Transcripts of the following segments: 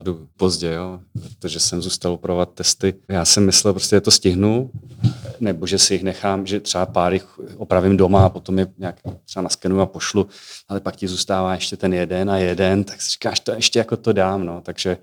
jdu pozdě, jo, protože jsem zůstal opravovat testy. Já jsem myslel, prostě je to stihnu, nebo že si jich nechám, že třeba pár jich opravím doma a potom je nějak třeba naskenuju a pošlu, ale pak ti zůstává ještě ten jeden, tak si říkáš, to ještě jako to dám, no, takže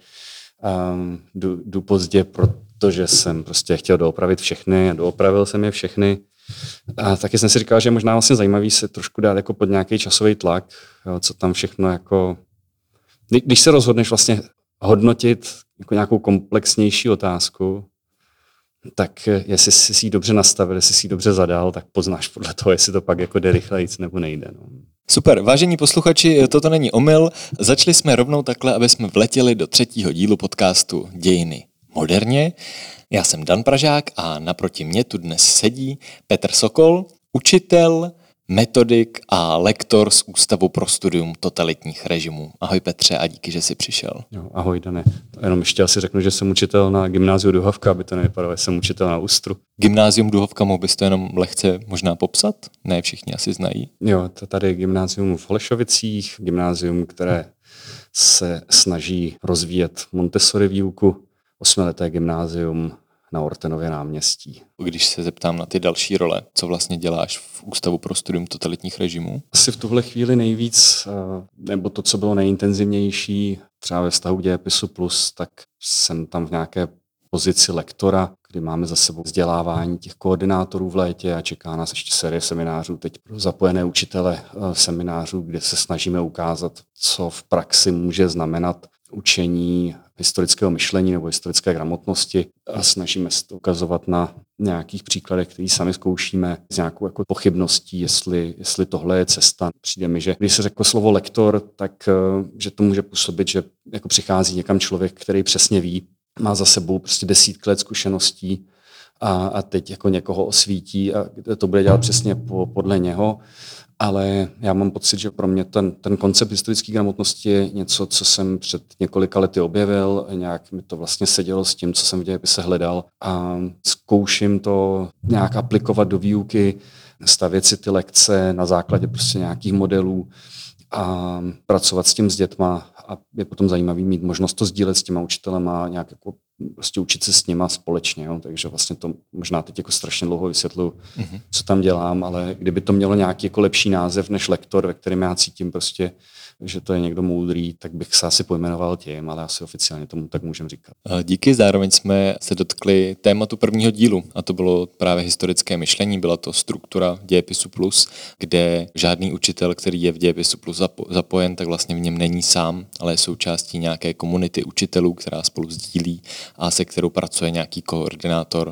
jdu pozdě, protože jsem prostě chtěl doopravit všechny a doopravil jsem je všechny. A taky jsem si říkal, že je možná vlastně zajímavý se trošku dát jako pod nějaký časový tlak, jo, co tam všechno jako... Když se rozhodneš vlastně hodnotit jako nějakou komplexnější otázku, tak jestli jsi ji dobře nastavil, jestli jsi ji dobře zadal, tak poznáš podle toho, jestli to pak jako jde rychlejc nebo nejde. No. Super, vážení posluchači, toto není omyl. Začali jsme rovnou takhle, aby jsme vletěli do 3. dílu podcastu Dějiny moderně. Já jsem Dan Pražák a naproti mě tu dnes sedí Petr Sokol, učitel, metodik a lektor z Ústavu pro studium totalitních režimů. Ahoj Petře a díky, že jsi přišel. Jo, ahoj Dane. Jenom ještě asi řeknu, že jsem učitel na gymnáziu Duhovka, aby to nevypadalo, že jsem učitel na Ústru. Gymnázium Duhovka, mohl bys to jenom lehce možná popsat? Ne všichni asi znají. Jo, to tady je gymnázium v Holešovicích, gymnázium, které se snaží rozvíjet Montessori výuku, 8leté gymnázium na Ortenově náměstí. Když se zeptám na ty další role, co vlastně děláš v Ústavu pro studium totalitních režimů? Asi v tuhle chvíli nejvíc, nebo to, co bylo nejintenzivnější, třeba ve vztahu k dějepisu plus, tak jsem tam v nějaké pozici lektora, kdy máme za sebou vzdělávání těch koordinátorů v létě a čeká nás ještě série seminářů teď pro zapojené učitele seminářů, kde se snažíme ukázat, co v praxi může znamenat učení historického myšlení nebo historické gramotnosti a snažíme se to ukazovat na nějakých příkladech, který sami zkoušíme s nějakou jako pochybností, jestli tohle je cesta. Přijde mi, že když se řeklo slovo lektor, tak že to může působit, že jako přichází někam člověk, který přesně ví, má za sebou prostě desítky let zkušeností a teď jako někoho osvítí a to bude dělat přesně podle něho. Ale já mám pocit, že pro mě ten koncept historické gramotnosti je něco, co jsem před několika lety objevil, nějak mi to vlastně sedělo s tím, co jsem v dějepise hledal a zkouším to nějak aplikovat do výuky, stavět si ty lekce na základě prostě nějakých modelů a pracovat s tím s dětma a je potom zajímavý mít možnost to sdílet s těma učitelema a nějak jako prostě učit se s nima společně. Jo? Takže vlastně to možná teď jako strašně dlouho vysvětluju, co tam dělám, ale kdyby to mělo nějaký jako lepší název než lektor, ve kterém já cítím prostě, že to je někdo moudrý, tak bych se asi pojmenoval tím, ale asi oficiálně tomu tak můžem říkat. Díky, zároveň jsme se dotkli tématu prvního dílu a to bylo právě historické myšlení, byla to struktura dějepisu plus, kde žádný učitel, který je v dějepisu plus zapojen, tak vlastně v něm není sám, ale je součástí nějaké komunity učitelů, která spolu sdílí a se kterou pracuje nějaký koordinátor,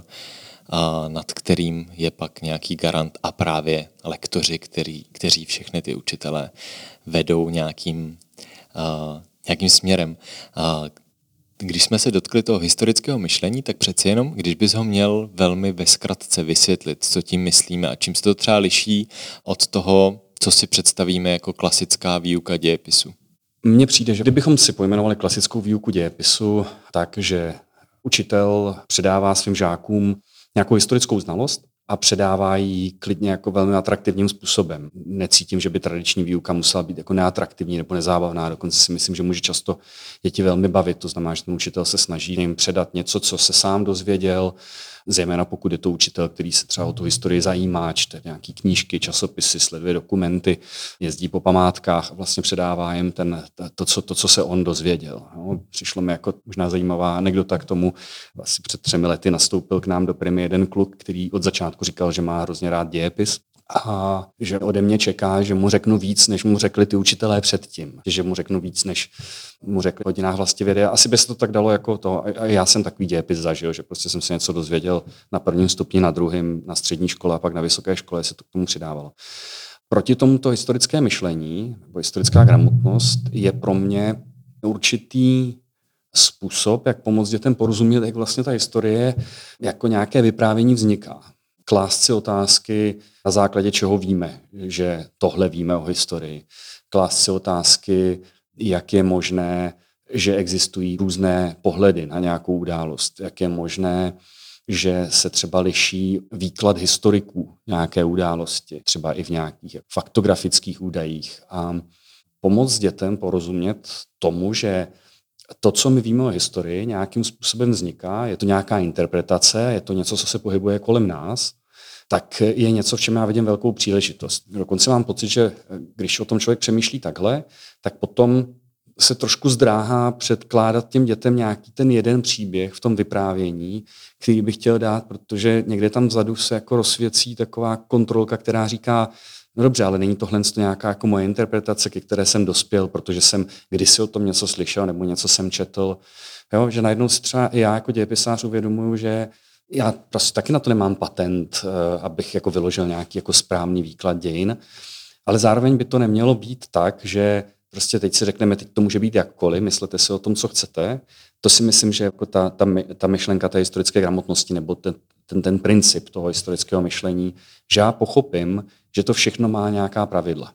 a nad kterým je pak nějaký garant a právě lektoři, kteří všechny ty učitelé vedou nějakým směrem. Když jsme se dotkli toho historického myšlení, tak přeci jenom, když bys ho měl velmi ve zkratce vysvětlit, co tím myslíme a čím se to třeba liší od toho, co si představíme jako klasická výuka dějepisu. Mně přijde, že kdybychom si pojmenovali klasickou výuku dějepisu, takže učitel předává svým žákům nějakou historickou znalost a předává ji klidně jako velmi atraktivním způsobem. Necítím, že by tradiční výuka musela být jako neatraktivní nebo nezábavná, dokonce si myslím, že může často děti velmi bavit. To znamená, že ten učitel se snaží jim předat něco, co se sám dozvěděl, zejména pokud je to učitel, který se třeba o tu historii zajímá, čte nějaký knížky, časopisy, sleduje dokumenty, jezdí po památkách a vlastně předává jim to, co se on dozvěděl. No, přišlo mi jako možná zajímavá anekdota k tomu. Asi před 3 lety nastoupil k nám do Primy jeden kluk, který od začátku říkal, že má hrozně rád dějepis a že ode mě čeká, že mu řeknu víc, než mu řekli ty učitelé předtím. Že mu řeknu víc, než mu řekli v hodinách vlastivědy. Asi by se to tak dalo jako to. A já jsem takový dějepis zažil, že prostě jsem se něco dozvěděl na prvním stupni, na druhém, na střední škole a pak na vysoké škole se to k tomu přidávalo. Proti tomuto historické myšlení, nebo historická gramotnost, je pro mě určitý způsob, jak pomoct dětem porozumět, jak vlastně ta historie jako nějaké vyprávění vzniká. Klást si otázky, na základě čeho víme, že tohle víme o historii. Klást si otázky, jak je možné, že existují různé pohledy na nějakou událost. Jak je možné, že se třeba liší výklad historiků nějaké události, třeba i v nějakých faktografických údajích. A pomoct dětem porozumět tomu, že to, co my víme o historii, nějakým způsobem vzniká, je to nějaká interpretace, je to něco, co se pohybuje kolem nás, tak je něco, v čem já vidím velkou příležitost. Dokonce mám pocit, že když o tom člověk přemýšlí takhle, tak potom se trošku zdráhá předkládat těm dětem nějaký ten jeden příběh v tom vyprávění, který bych chtěl dát, protože někde tam vzadu se jako rozsvěcí taková kontrolka, která říká, no dobře, ale není tohle nějaká jako moje interpretace, ke které jsem dospěl, protože jsem kdysi o tom něco slyšel nebo něco jsem četl. Jo, že najednou si třeba i já jako dějepisář uvědomuji, že já prostě taky na to nemám patent, abych jako vyložil nějaký jako správný výklad dějin, ale zároveň by to nemělo být tak, že prostě teď si řekneme, teď to může být jakkoliv, myslete si o tom, co chcete. To si myslím, že jako ta myšlenka té historické gramotnosti nebo ten princip toho historického myšlení, že já pochopím, že to všechno má nějaká pravidla.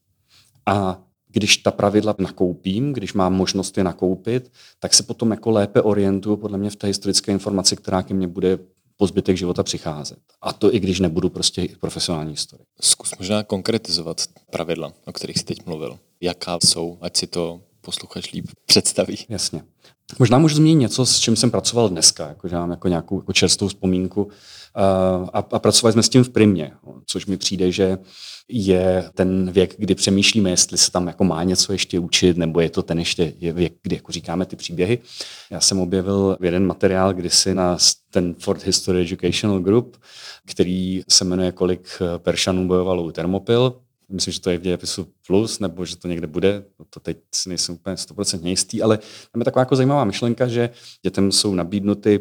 A když ta pravidla nakoupím, když mám možnost je nakoupit, tak se potom jako lépe orientuju podle mě v té historické informaci, která ke mně bude po zbytek života přicházet. A to i když nebudu prostě profesionální historik. Zkus možná konkretizovat pravidla, o kterých jsi teď mluvil. Jaká jsou, ať si to posluchač líp představí. Jasně. Možná můžu zmínit něco, s čím jsem pracoval dneska, že mám jako nějakou jako čerstvou vzpomínku. A pracovali jsme s tím v Primě, což mi přijde, že je ten věk, kdy přemýšlíme, jestli se tam jako má něco ještě učit, nebo je to ten ještě věk, kdy jako říkáme ty příběhy. Já jsem objevil jeden materiál kdysi na Stanford History Educational Group, který se jmenuje Kolik Peršanů bojovalo u Thermopyl. Myslím, že to je v dějepisu plus, nebo že to někde bude, to teď si nejsem úplně 100% jistý, ale tam je taková jako zajímavá myšlenka, že dětem jsou nabídnuty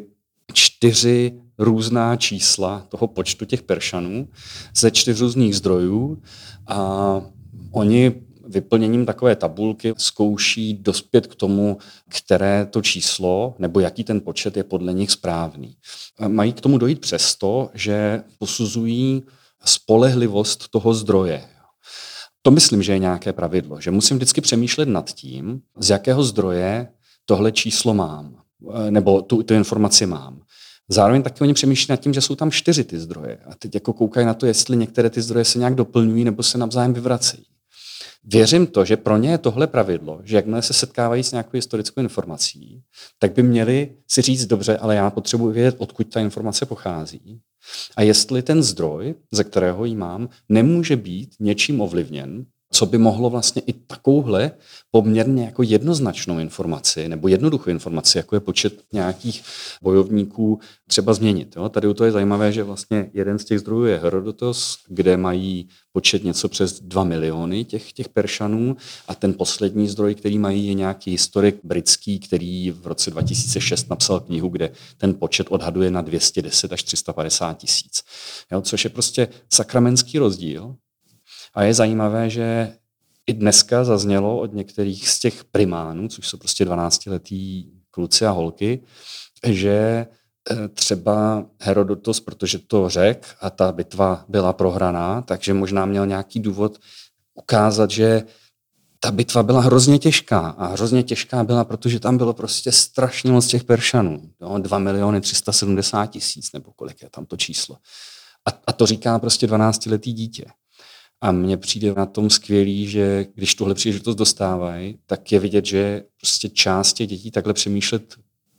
4 různá čísla toho počtu těch Peršanů ze 4 různých zdrojů a oni vyplněním takové tabulky zkouší dospět k tomu, které to číslo nebo jaký ten počet je podle nich správný. Mají k tomu dojít přesto, že posuzují spolehlivost toho zdroje. To myslím, že je nějaké pravidlo, že musím vždycky přemýšlet nad tím, z jakého zdroje tohle číslo mám, nebo tu informaci mám. Zároveň taky oni přemýšlí nad tím, že jsou tam 4 ty zdroje a teď jako koukají na to, jestli některé ty zdroje se nějak doplňují nebo se navzájem vyvracejí. Věřím to, že pro ně je tohle pravidlo, že jakmile se setkávají s nějakou historickou informací, tak by měli si říct dobře, ale já potřebuji vědět, odkud ta informace pochází. A jestli ten zdroj, ze kterého ji mám, nemůže být něčím ovlivněn, co by mohlo vlastně i takovouhle poměrně jako jednoznačnou informaci nebo jednoduchou informaci, jako je počet nějakých bojovníků, třeba změnit. Jo? Tady u toho je zajímavé, že vlastně jeden z těch zdrojů je Herodotos, kde mají počet něco přes 2 miliony těch Peršanů a ten poslední zdroj, který mají, je nějaký historik britský, který v roce 2006 napsal knihu, kde ten počet odhaduje na 210 až 350 tisíc. Což je prostě sakramentský rozdíl. A je zajímavé, že i dneska zaznělo od některých z těch primánů, což jsou prostě 12letí kluci a holky, že třeba Herodotos, protože to řekl a ta bitva byla prohraná, takže možná měl nějaký důvod ukázat, že ta bitva byla hrozně těžká. A hrozně těžká byla, protože tam bylo prostě strašně moc těch Peršanů. 2 miliony 370 tisíc, nebo kolik je tam to číslo. A to říká prostě 12letý dítě. A mně přijde na tom skvělý, že když tuhle příležitost dostávají, tak je vidět, že prostě část těch dětí takhle přemýšlet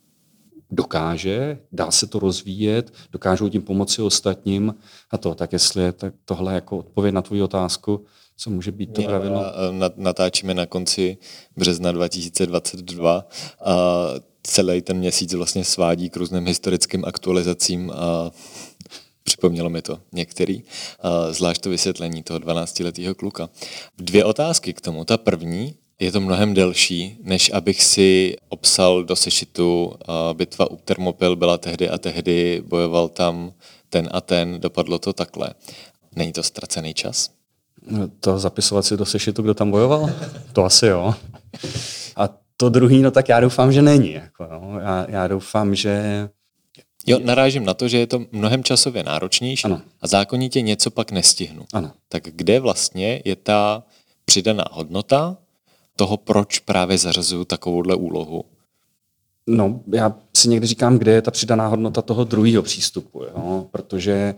dokáže, dá se to rozvíjet, dokážou tím pomoci ostatním a to. Tak jestli je tak tohle jako odpověď na tvou otázku, co může být to pravidlo? Natáčíme na konci března 2022 a celý ten měsíc vlastně svádí k různým historickým aktualizacím a připomnělo mi to některý, zvlášť to vysvětlení toho 12letého kluka. 2 otázky k tomu. Ta první, je to mnohem delší, než abych si obsal do sešitu bitva u Thermopyl byla tehdy a tehdy, bojoval tam ten a ten, dopadlo to takhle. Není to ztracený čas? To zapisovat si do sešitu, kdo tam bojoval? To asi jo. A to druhý, no tak já doufám, že není. Jako, no. Já doufám, že... Jo, narážím na to, že je to mnohem časově náročnější ano. A zákonitě něco pak nestihnu. Ano. Tak kde vlastně je ta přidaná hodnota toho, proč právě zařazuju takovouhle úlohu? No, já si někdy říkám, kde je ta přidaná hodnota toho druhého přístupu, jo? Protože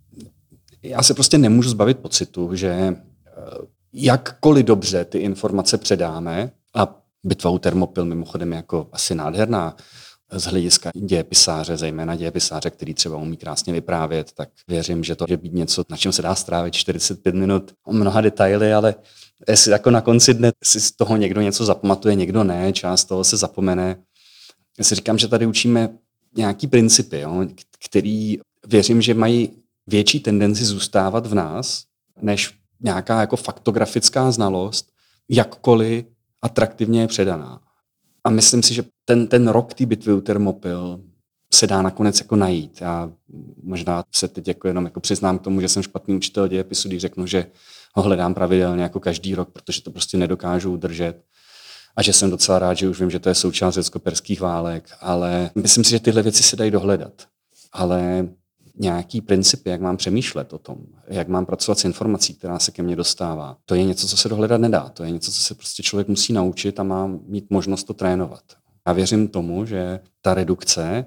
já se prostě nemůžu zbavit pocitu, že jakkoliv dobře ty informace předáme a Bitva u Termopil mimochodem jako asi nádherná z hlediska dějepisáře, zejména dějepisáře, který třeba umí krásně vyprávět, tak věřím, že to je být něco, na čem se dá strávit 45 minut o mnoha detaily, ale jestli jako na konci dne si z toho někdo něco zapamatuje, někdo ne, část toho se zapomene. Já si říkám, že tady učíme nějaký principy, jo, který věřím, že mají větší tendenci zůstávat v nás, než nějaká jako faktografická znalost, jakkoliv atraktivně je předaná. A myslím si, že ten rok té bitvy u Termopil se dá nakonec jako najít. Já možná se teď jako jenom jako přiznám k tomu, že jsem špatný učitel dějepisu, když řeknu, že ho hledám pravidelně jako každý rok, protože to prostě nedokážu udržet. A že jsem docela rád, že už vím, že to je součást řecko-perských válek, ale myslím si, že tyhle věci se dají dohledat. Ale nějaký principy, jak mám přemýšlet o tom, jak mám pracovat s informací, která se ke mně dostává, to je něco, co se dohledat nedá. To je něco, co se prostě člověk musí naučit a má mít možnost to trénovat. Já věřím tomu, že ta redukce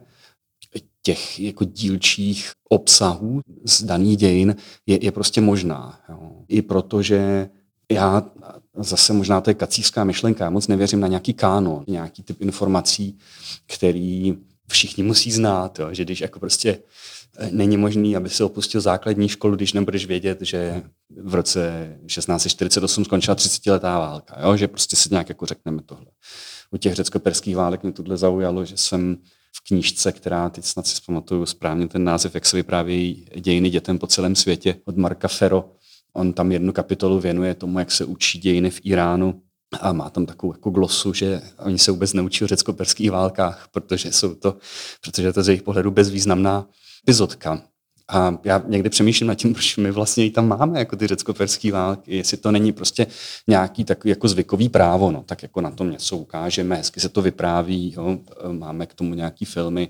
těch jako dílčích obsahů z daných dějin je prostě možná. Jo. I protože já zase možná to je kacířská myšlenka, já moc nevěřím na nějaký kánon, nějaký typ informací, který všichni musí znát, jo. Že když jako prostě není možný, aby si opustil základní školu, když nebudeš vědět, že v roce 1648 skončila 30letá válka, jo. Že prostě si nějak jako řekneme tohle. U těch řecko-perských válek mě tohle zaujalo, že jsem v knížce, která teď snad si vzpamatuju správně ten název, jak se vyprávějí dějiny dětem po celém světě od Marka Ferro. On tam jednu kapitolu věnuje tomu, jak se učí dějiny v Iránu a má tam takovou jako glosu, že oni se vůbec neučí o řecko-perských válkách, protože je to z jejich pohledu bezvýznamná epizodka. A já někdy přemýšlím nad tím, proč my vlastně i tam máme jako ty řecko-perské války, jestli to není prostě nějaký takový jako zvykový právo, no, tak jako na tom něco ukážeme, hezky se to vypráví, jo, máme k tomu nějaký filmy.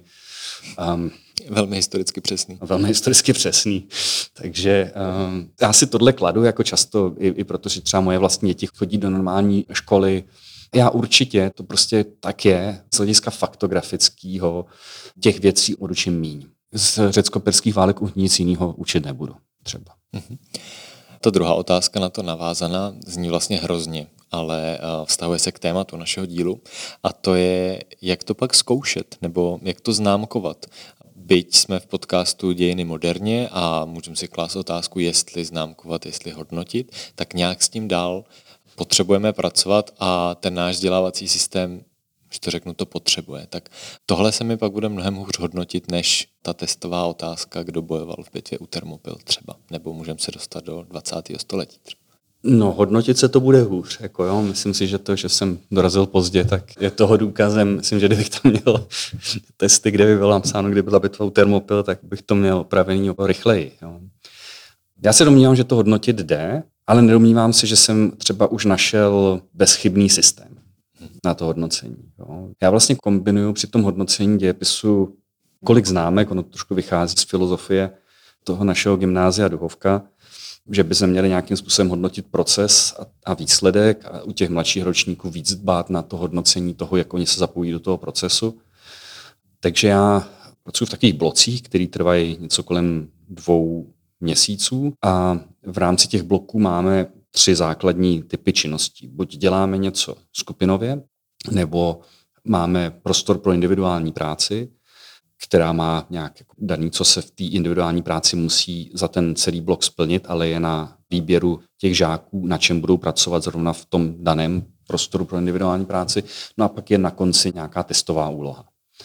Velmi historicky přesný. Velmi historicky přesný. Takže já si tohle kladu jako často, i protože třeba moje vlastní děti chodí do normální školy. Já určitě, to prostě tak je, z hlediska faktografického těch věcí odučím míň. Z řecko-perských válek už nic jiného učit nebudu třeba. Mm-hmm. Ta druhá otázka na to navázaná zní vlastně hrozně, ale vztahuje se k tématu našeho dílu a to je, jak to pak zkoušet nebo jak to známkovat. Byť jsme v podcastu Dějiny moderně a můžeme si klást otázku, jestli známkovat, jestli hodnotit, tak nějak s tím dál potřebujeme pracovat a ten náš vzdělávací systém, když to řeknu, to potřebuje. Tak tohle se mi pak bude mnohem hůř hodnotit, než ta testová otázka, kdo bojoval v bitvě u Termopil třeba. Nebo můžeme se dostat do 20. století třeba. No, hodnotit se to bude hůř. Jako jo. Myslím si, že to, že jsem dorazil pozdě, tak je toho důkazem. Myslím, že kdybych tam měl testy, kde by bylo napsáno, kdy byla bitva u Termopil, tak bych to měl opravený rychleji. Jo. Já se domnívám, že to hodnotit jde, ale nedomnívám se, že jsem třeba už našel bezchybný systém na to hodnocení. Jo. Já vlastně kombinuju při tom hodnocení dějepisu kolik známek, ono trošku vychází z filozofie toho našeho gymnázia Duhovka, že by se měli nějakým způsobem hodnotit proces a výsledek a u těch mladších ročníků víc dbát na to hodnocení toho, jak oni se zapojí do toho procesu. Takže já pracuji v takových blocích, které trvají něco kolem 2 měsíců a v rámci těch bloků máme 3 základní typy činností. Buď děláme něco skupinově, nebo máme prostor pro individuální práci, která má nějak daný, co se v té individuální práci musí za ten celý blok splnit, ale je na výběru těch žáků, na čem budou pracovat zrovna v tom daném prostoru pro individuální práci. No a pak je na konci nějaká testová úloha.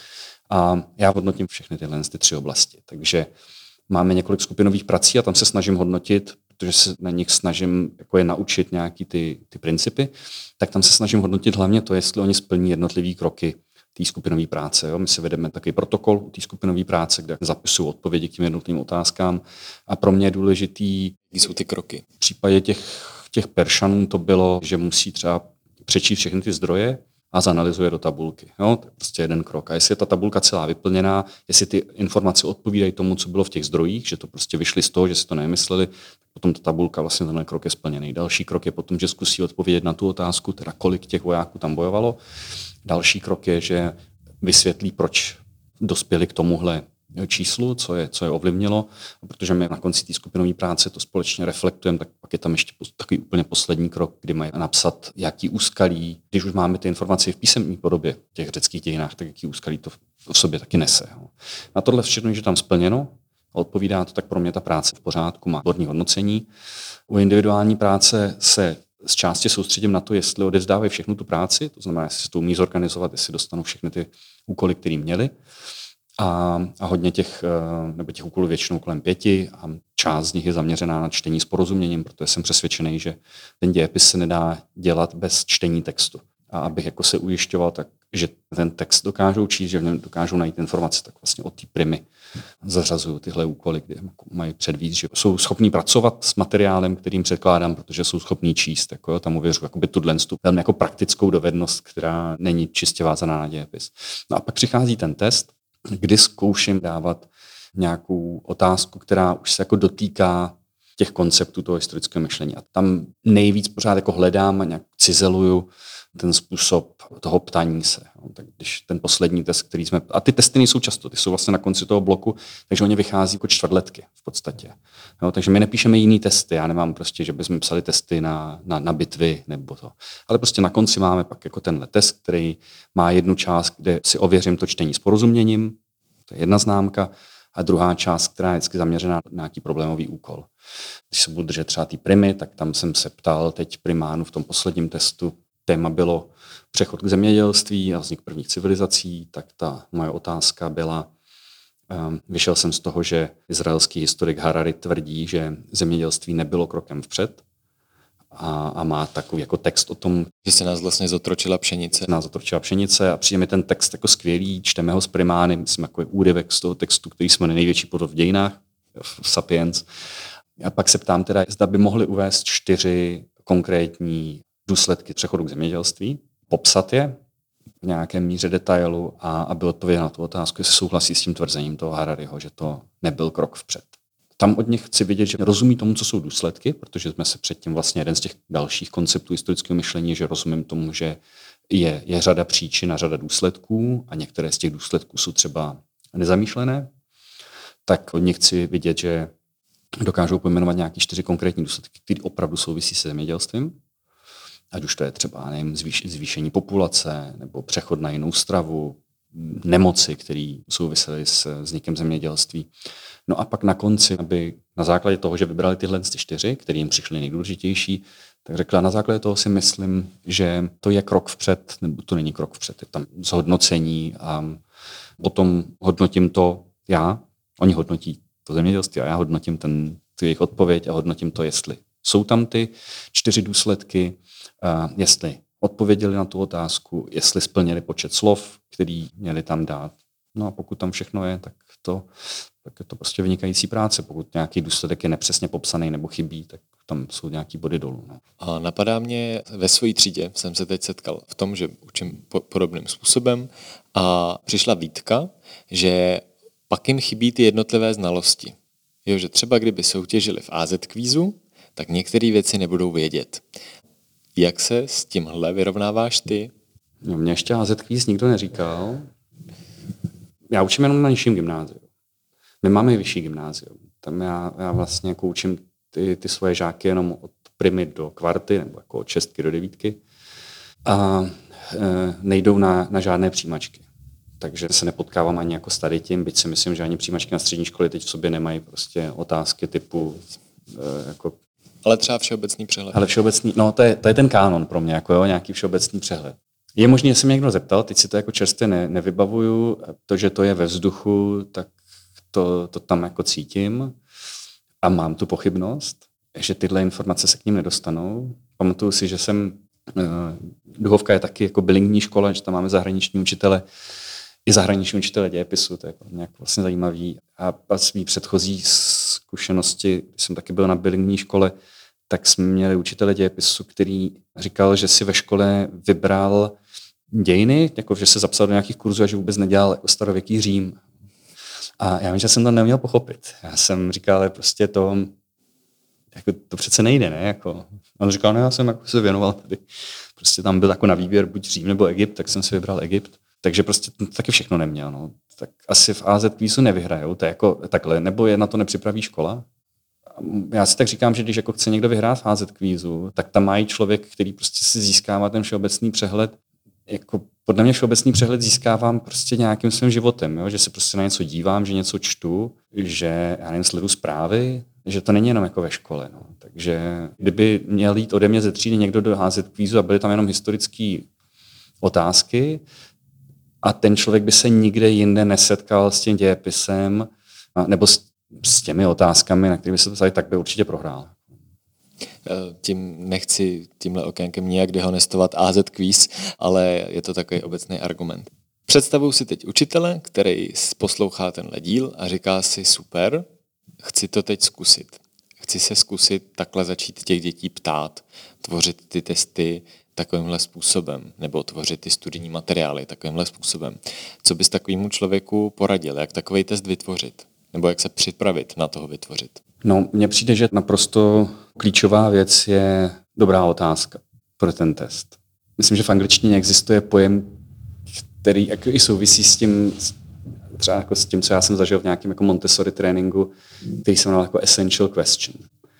A já hodnotím všechny tyhle 3 oblasti. Takže máme několik skupinových prací a tam se snažím hodnotit, protože se na nich snažím jako je naučit nějaký ty principy, tak tam se snažím hodnotit hlavně to, jestli oni splní jednotlivý kroky té skupinové práce. Jo. My si vedeme takový protokol u té skupinové práce, kde zapisuju odpovědi k těm jednotlivým otázkám. A pro mě je důležitý, jsou ty kroky. V případě těch Peršanů to bylo, že musí třeba přečíst všechny ty zdroje a zanalyzuje do tabulky. Jo. To je prostě jeden krok. A jestli je ta tabulka celá vyplněná, jestli ty informace odpovídají tomu, co bylo v těch zdrojích, že to prostě vyšli z toho, že si to nemysleli, potom ta tabulka vlastně tenhle krok je splněný. Další krok je potom, že zkusí odpovědět na tu otázku, teda kolik těch vojáků tam bojovalo. Další krok je, že vysvětlí, proč dospěli k tomuhle číslu, co je ovlivnilo. A protože my na konci té skupinové práce to společně reflektujeme, tak pak je tam ještě takový úplně poslední krok, kdy mají napsat, jaký úskalí, když už máme ty informace v písemné podobě v těch řeckých dějinách, tak jaký úskalí to v sobě taky nese. Na tohle všechno, že tam splněno, odpovídá to, tak pro mě ta práce v pořádku, má odborné hodnocení. U individuální práce se z části soustředím na to, jestli odevzdávají všechnu tu práci, to znamená, jestli si to umí zorganizovat, jestli dostanou všechny ty úkoly, které měli. A hodně těch úkolů většinou kolem 5 a část z nich je zaměřená na čtení s porozuměním, protože jsem přesvědčený, že ten dějepis se nedá dělat bez čtení textu. A abych jako se ujišťoval, tak, že ten text dokážou číst, že v něm dokážou najít informace, tak vlastně od té primy zařazuju tyhle úkoly, kde mají předvíst, že jsou schopní pracovat s materiálem, kterým předkládám, protože jsou schopní číst. Jako, tam uvěřu tuhle velmi jako praktickou dovednost, která není čistě vázaná na dějepis. No a pak přichází ten test, kdy zkouším dávat nějakou otázku, která už se jako dotýká těch konceptů toho historického myšlení. A tam nejvíc pořád jako hledám a nějak cizeluju ten způsob toho ptání se. Tak když ten poslední test, který jsme... A ty testy nejsou často, ty jsou vlastně na konci toho bloku, takže oni vychází jako čtvrtletky v podstatě. Takže my nepíšeme jiný testy, já nemám prostě, že bychom psali testy na bitvy nebo to. Ale prostě na konci máme pak jako tenhle test, který má jednu část, kde si ověřím to čtení s porozuměním, to je jedna známka, a druhá část, která je vždycky zaměřená na nějaký problémový úkol. Když se budu držet třeba té primy, tak tam jsem se ptal teď primánu v tom posledním testu. Téma bylo přechod k zemědělství a vznik prvních civilizací, tak ta moje otázka byla, vyšel jsem z toho, že izraelský historik Harari tvrdí, že zemědělství nebylo krokem vpřed a má takový jako text o tom, že se nás vlastně zotročila pšenice. A přijde mi ten text jako skvělý, čteme ho s primány, myslím jako je úryvek z toho textu, který jsme největší podle v dějinách, v Sapiens. A pak se ptám teda, zda by mohli uvést 4 konkrétní důsledky přechodu k zemědělství, popsat je v nějakém míře detailu a aby odpověděl na tu otázku, jestli souhlasí s tím tvrzením toho Harariho, že to nebyl krok vpřed. Tam od nich chci vidět, že rozumí tomu, co jsou důsledky, protože jsme se předtím vlastně jeden z těch dalších konceptů historického myšlení, že rozumím tomu, že je řada příčin a řada důsledků a některé z těch důsledků jsou třeba nezamýšlené, tak od nich chci vidět, že dokážou pojmenovat nějaké 4 konkrétní důsledky, které opravdu souvisí se zemědělstvím. Ať už to je třeba zvýšení populace nebo přechod na jinou stravu, nemoci, které souvisely s vznikem zemědělství. No a pak na konci, aby na základě toho, že vybrali tyhle 4, které jim přišly nejdůležitější, tak řekla, na základě toho si myslím, že to je krok vpřed, nebo to není krok vpřed, je tam zhodnocení a potom hodnotím to já, oni hodnotí to zemědělství a já hodnotím tu jejich odpověď a hodnotím to, jestli jsou tam ty 4 důsledky, jestli odpověděli na tu otázku, jestli splnili počet slov, který měli tam dát. No a pokud tam všechno je, tak je to prostě vynikající práce. Pokud nějaký důsledek je nepřesně popsaný nebo chybí, tak tam jsou nějaký body dolů. No. A napadá mě, ve své třídě jsem se teď setkal v tom, že učím podobným způsobem a přišla výtka, že pak jim chybí ty jednotlivé znalosti. Jo, že třeba kdyby soutěžili v AZ kvízu, tak některé věci nebudou vědět. Jak se s tímhle vyrovnáváš ty? No, mě ještě AZ kvíz nikdo neříkal. Já učím jenom na nižším gymnáziu. My máme i vyšší gymnázium. Tam já vlastně jako učím ty svoje žáky jenom od primy do kvarty, nebo jako od 6 do 9. A nejdou na žádné přijímačky. Takže se nepotkávám ani jako s tady tím, byť si myslím, že ani přijímačky na střední školy teď v sobě nemají prostě otázky typu jako... Ale třeba všeobecný přehled. Ale všeobecný, no to je ten kánon pro mě, jako jo, nějaký všeobecný přehled. Je možné, že se mě někdo zeptal, teď si to jako čerstvě nevybavuju, to, že to je ve vzduchu, tak to tam jako cítím a mám tu pochybnost, že tyhle informace se k ním nedostanou. Pamatuju si, že Duhovka je taky jako bilingvní škola, že tam máme zahraniční učitele, i zahraniční učitele dějepisu, to je jako nějak vlastně zajímavý. A z mý předchozí zkušenosti, když jsem taky byl na bilingvní škole, tak jsme měli učitele dějepisu, který říkal, že si ve škole vybral dějiny, jako že se zapsal do nějakých kurzů a že vůbec nedělal jako starověký Řím. A já vím, že jsem to neměl pochopit. Já jsem říkal, ale prostě to přece nejde, ne? Jako, on říkal, no já jsem jako se věnoval tady. Prostě tam byl jako na výběr buď Řím nebo Egypt, tak jsem si vybral Egypt. Takže prostě to taky všechno neměl. No. tak asi v AZ kvízu nevyhrajou, to je jako takhle, nebo je na to nepřipraví škola. Já si tak říkám, že když jako chce někdo vyhrát v AZ kvízu, tak tam má i člověk, který prostě si získává ten všeobecný přehled. Jako podle mě všeobecný přehled získávám prostě nějakým svým životem, jo? Že se prostě na něco dívám, že něco čtu, že já nevím, sleduju zprávy, že to není jenom jako ve škole. No. Takže kdyby měl jít ode mě ze třídy někdo do HZ kvízu a byly tam jenom historické otázky a ten člověk by se nikde jinde nesetkal s tím dějepisem nebo s těmi otázkami, na které by se to ptali, tak by určitě prohrál. Tím nechci tímhle okénkem nijak dehonestovat AZ Quiz, ale je to takový obecný argument. Představuji si teď učitele, který poslouchá tenhle díl a říká si super, chci to teď zkusit. Chci se zkusit takhle začít těch dětí ptát, tvořit ty testy takovýmhle způsobem, nebo tvořit ty studijní materiály takovýmhle způsobem. Co bys takovému člověku poradil, jak takový test vytvořit? Nebo jak se připravit na toho vytvořit? No, mně přijde, že naprosto klíčová věc je dobrá otázka pro ten test. Myslím, že v angličtině existuje pojem, který jako i souvisí s tím, třeba jako s tím, co já jsem zažil v nějakém jako Montessori tréninku, který se jmenoval jako essential question.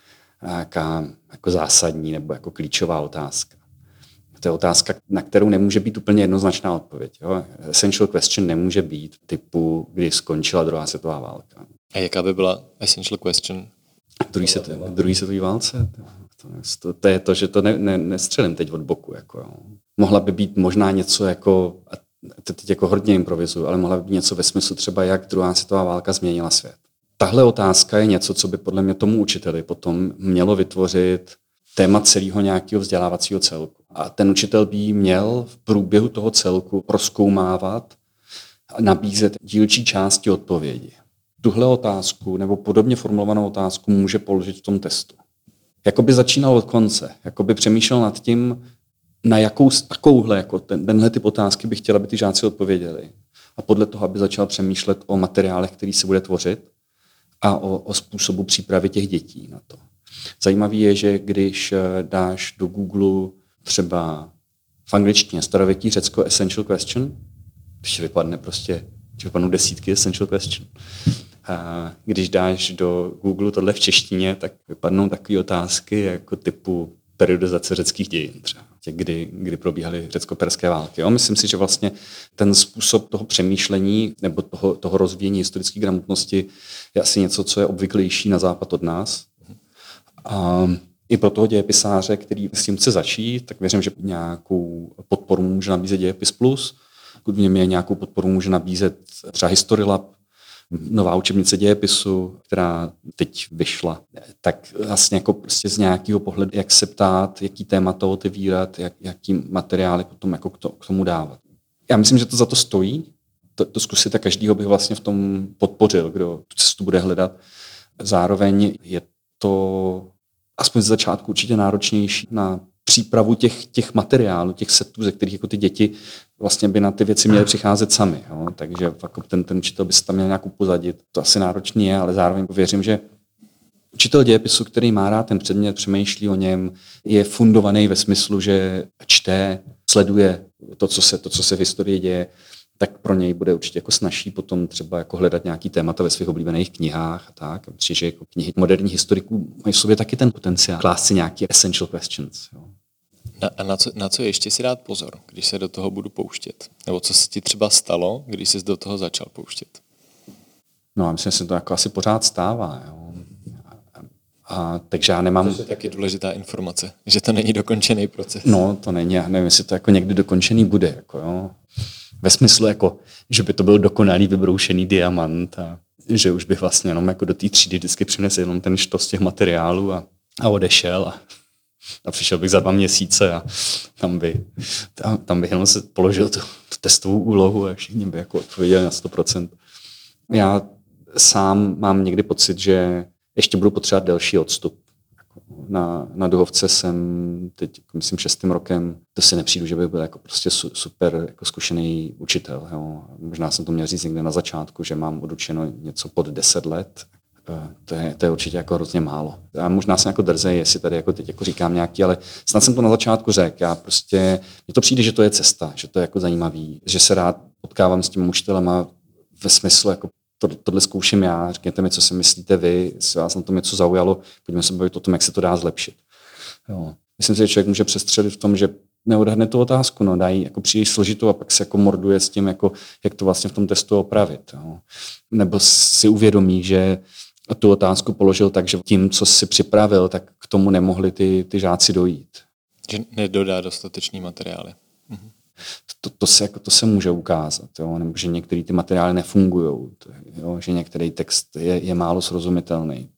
Jaká jako zásadní nebo jako klíčová otázka. To je otázka, na kterou nemůže být úplně jednoznačná odpověď. Jo? Essential question nemůže být typu, kdy skončila druhá světová válka. A jaká by byla essential question? Druhý světový válce? To je to, že to nestřelím teď od boku. Jako, jo. Mohla by být možná něco jako, teď jako hodně improvizuju, ale mohla by být něco ve smyslu třeba, jak druhá světová válka změnila svět. Tahle otázka je něco, co by podle mě tomu učiteli potom mělo vytvořit téma celého nějakého vzdělávacího celku. A ten učitel by měl v průběhu toho celku prozkoumávat a nabízet dílčí části odpovědi. Tuhle otázku nebo podobně formulovanou otázku může položit v tom testu. Jakoby začínal od konce, jakoby přemýšlel nad tím, na jakou takovouhle, jako tenhle typ otázky by chtěl, aby ty žáci odpověděli. A podle toho, aby začal přemýšlet o materiálech, který se bude tvořit a o způsobu přípravy těch dětí na to. Zajímavý je, že když dáš do Google třeba v angličtině starověký Řecko essential question, když vypadnou desítky essential question. A když dáš do Google tohle v češtině, tak vypadnou takové otázky jako typu periodizace řeckých dějin třeba, kdy probíhaly řecko-perské války. Jo? Myslím si, že vlastně ten způsob toho přemýšlení nebo toho rozvíjení historické gramotnosti je asi něco, co je obvyklejší na západ od nás. A i pro toho dějepisáře, který s tím chce začít, tak věřím, že nějakou podporu může nabízet Dějepis Plus, pokud v něm je nějakou podporu může nabízet třeba Historylab, nová učebnice dějepisu, která teď vyšla. Tak vlastně jako prostě z nějakého pohledu, jak se ptát, jaký témata otevírat, jaký materiály potom jako k tomu dávat. Já myslím, že to za to stojí. To zkusit a každýho bych vlastně v tom podpořil, kdo tu cestu bude hledat. Zároveň je to aspoň z začátku určitě náročnější na přípravu těch materiálů, těch setů, ze kterých jako ty děti vlastně by na ty věci měly přicházet sami. Jo? Takže ten učitel by se tam měl nějak upozadit. To asi náročný je, ale zároveň věřím, že učitel dějepisu, který má rád ten předmět, přemýšlí o něm, je fundovaný ve smyslu, že čte, sleduje to, co se v historii děje, tak pro něj bude určitě jako snazší potom třeba jako hledat nějaký témata ve svých oblíbených knihách a tak. Protože jako knihy moderních historiků mají v sobě taky ten potenciál klást si nějaké essential questions. Jo. A na co ještě si dát pozor, když se do toho budu pouštět? Nebo co se ti třeba stalo, když jsi do toho začal pouštět? No, já myslím, že se to jako asi pořád stává. Jo. Takže já nemám... To je taky důležitá informace, že to není dokončený proces. No, to není. Já nevím, jestli to jako někdy dokončený bude. Jako, jo. Ve smyslu, jako, že by to byl dokonalý vybroušený diamant a že už bych vlastně jenom jako do té třídy vždycky přinesl jenom ten štos těch materiálů a odešel a přišel bych za 2 měsíce a tam bych jenom se položil tu testovou úlohu a všichni by jako odpověděli na 100%. Já sám mám někdy pocit, že ještě budu potřebovat delší odstup. Na Duhovce jsem teď, myslím, 6. rokem, to si nepřijdu, že by byl jako prostě super jako zkušený učitel. Jo. Možná jsem to měl říct někde na začátku, že mám odučeno něco pod 10 let. To je určitě jako hrozně málo. Já možná jsem jako drzej, jestli tady jako teď jako říkám nějaký, ale snad jsem to na začátku řekl. Mně to přijde, že to je cesta, že to je jako zajímavý, že se rád potkávám s těmi učitelema ve smyslu, jako tohle zkouším já, řekněte mi, co si myslíte vy, jestli vás na tom něco zaujalo, pojďme se bavit o tom, jak se to dá zlepšit. Jo. Myslím si, že člověk může přestřelit v tom, že neodhadne tu otázku, no, dají jako příliš složitou a pak se jako morduje s tím, jako, jak to vlastně v tom testu opravit. Jo. Nebo si uvědomí, že tu otázku položil tak, že tím, co si připravil, tak k tomu nemohli ty žáci dojít. Že nedodá dostatečný materiály. To se může ukázat, jo? Nebo že některé ty materiály nefungují, že některý text je málo srozumitelný.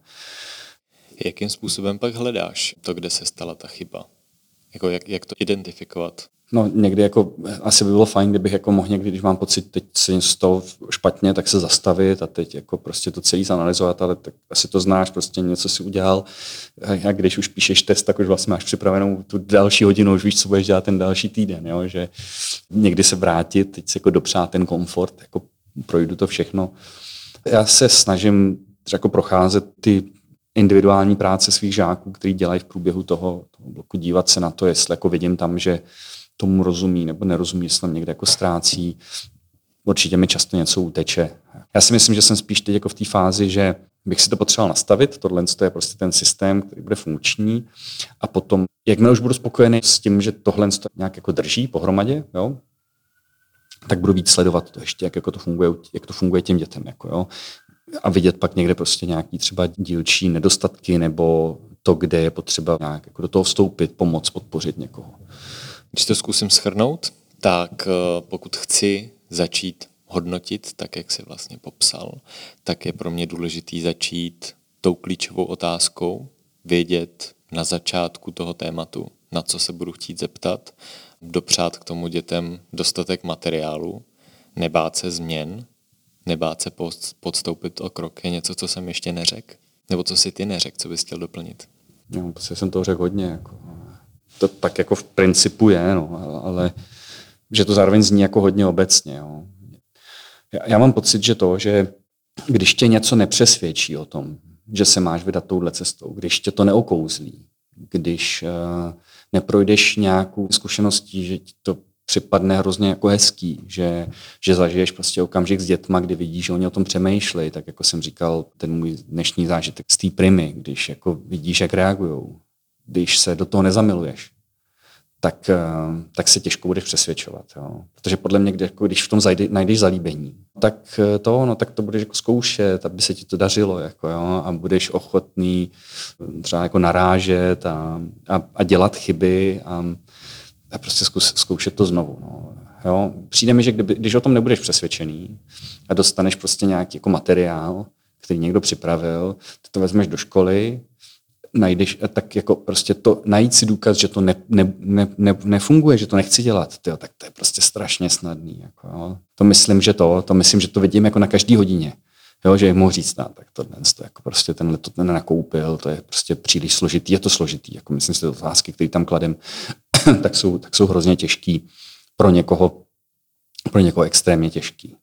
Jakým způsobem pak hledáš to, kde se stala ta chyba? Jako jak to identifikovat? No někdy jako asi by bylo fajn, kdybych jako mohl někdy, když mám pocit, teď se něco stalo špatně, tak se zastavit a teď jako prostě to celý zanalyzovat, ale tak asi to znáš, prostě něco si udělal a když už píšeš test, tak už vlastně máš připravenou tu další hodinu, už víš, co budeš dělat ten další týden, jo? Že někdy se vrátit, teď se jako dopřát ten komfort, jako projdu to všechno. Já se snažím jako procházet ty individuální práce svých žáků, který dělají v průběhu toho bloku, dívat se na to, jestli jako vidím tam, že tomu rozumí nebo nerozumí, jestli tam někde jako ztrácí. Určitě mi často něco uteče. Já si myslím, že jsem spíš teď jako v té fázi, že bych si to potřeboval nastavit, tohle je prostě ten systém, který bude funkční a potom, jakmile už budu spokojený s tím, že tohle nějak jako drží pohromadě, jo, tak budu víc sledovat to ještě, jak to funguje těm dětem. Jako, jo. A vidět pak někde prostě nějaký třeba dílčí nedostatky nebo to, kde je potřeba nějak jako do toho vstoupit, pomoct, podpořit někoho. Když to zkusím shrnout, tak pokud chci začít hodnotit, tak jak jsi vlastně popsal, tak je pro mě důležitý začít tou klíčovou otázkou, vědět na začátku toho tématu, na co se budu chtít zeptat, dopřát k tomu dětem dostatek materiálu, nebát se změn, nebát se podstoupit o krok, je něco, co jsem ještě neřekl? Nebo co si ty neřekl, co bys chtěl doplnit? No, protože jsem toho řekl hodně. Jako. To tak jako v principu je, no, ale že to zároveň zní jako hodně obecně. Jo. Já mám pocit, že když tě něco nepřesvědčí o tom, že se máš vydat touhle cestou, když tě to neokouzlí, když neprojdeš nějakou zkušeností, že ti to připadne hrozně jako hezký, že zažiješ prostě okamžik s dětma, kdy vidíš, že oni o tom přemýšlejí, tak jako jsem říkal, ten můj dnešní zážitek z té primy, když jako vidíš, jak reagujou, když se do toho nezamiluješ, tak se těžko budeš přesvědčovat. Jo. Protože podle mě, když v tom najdeš zalíbení, tak to budeš jako zkoušet, aby se ti to dařilo jako, jo, a budeš ochotný třeba jako narážet a dělat chyby a prostě zkoušet to znovu. No. Jo. Přijde mi, že když o tom nebudeš přesvědčený a dostaneš prostě nějaký jako materiál, který někdo připravil, ty to vezmeš do školy, najdeš, tak jako prostě to, najít si důkaz, že to nefunguje, že to nechci dělat, tyjo, tak to je prostě strašně snadný. Jako, jo. To myslím, že to vidím jako na každý hodině. Jo, že mohu říct, tak to jako prostě tenhle to nenakoupil, to je prostě příliš složitý, je to složitý. Jako myslím si, že otázky, které tam kladem, tak jsou hrozně těžký pro někoho extrémně těžký.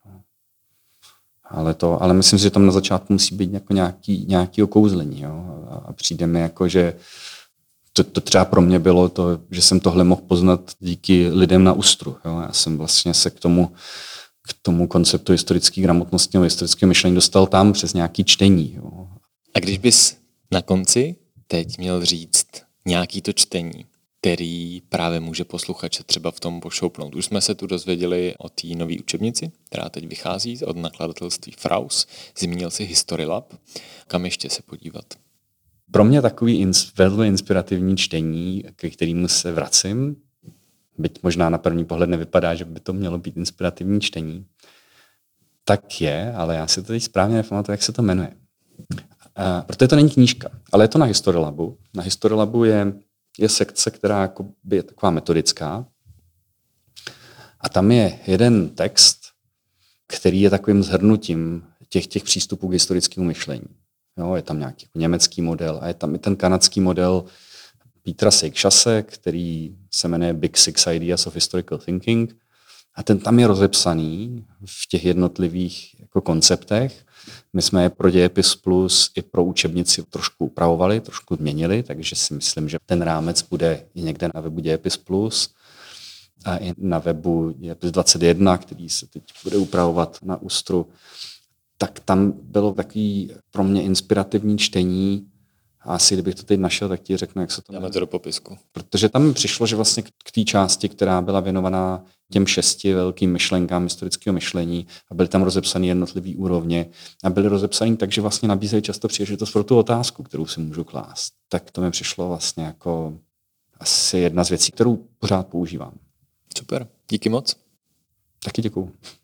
Ale myslím si, že tam na začátku musí být jako nějaký okouzlení. Jo? A přijde mi jako, že to třeba pro mě bylo to, že jsem tohle mohl poznat díky lidem na Ustru. Jo? Já jsem vlastně se k tomu konceptu historické gramotnosti nebo historického myšlení dostal tam přes nějaké čtení. Jo? A když bys na konci teď měl říct nějaký to čtení, který právě může posluchače třeba v tom pošoupnout. Už jsme se tu dozvěděli o té nové učebnici, která teď vychází od nakladatelství Fraus. Zmínil si History Lab. Kam ještě se podívat? Pro mě takový velmi inspirativní čtení, ke kterému se vracím, byť možná na první pohled nevypadá, že by to mělo být inspirativní čtení, tak je, ale já si to teď správně nepamatuju, jak se to jmenuje. Protože to není knížka, ale je to na History Labu. Na History Labu je sekce, která je taková metodická. A tam je jeden text, který je takovým shrnutím těch přístupů k historickému myšlení. Jo, je tam nějaký jako německý model a je tam i ten kanadský model Petera Seixase, který se jmenuje Big Six Ideas of Historical Thinking. A ten tam je rozepsaný v těch jednotlivých jako konceptech. My jsme je pro Dějepis Plus i pro učebnici trošku upravovali, trošku změnili, takže si myslím, že ten rámec bude i někde na webu Dějepis Plus. a i na webu Dějepis 21, který se teď bude upravovat na ÚSTRu, tak tam bylo takový pro mě inspirativní čtení. A asi kdybych to teď našel, tak ti řeknu, jak se to jmenuje. Dáme to do popisku. Protože tam mi přišlo, že vlastně k té části, která byla věnovaná těm 6 velkým myšlenkám historického myšlení a byly tam rozepsané jednotlivé úrovně a byly rozepsané tak, že vlastně nabízejí často příležitost pro tu otázku, kterou si můžu klást. Tak to mi přišlo vlastně jako asi jedna z věcí, kterou pořád používám. Super, díky moc. Taky děkuju.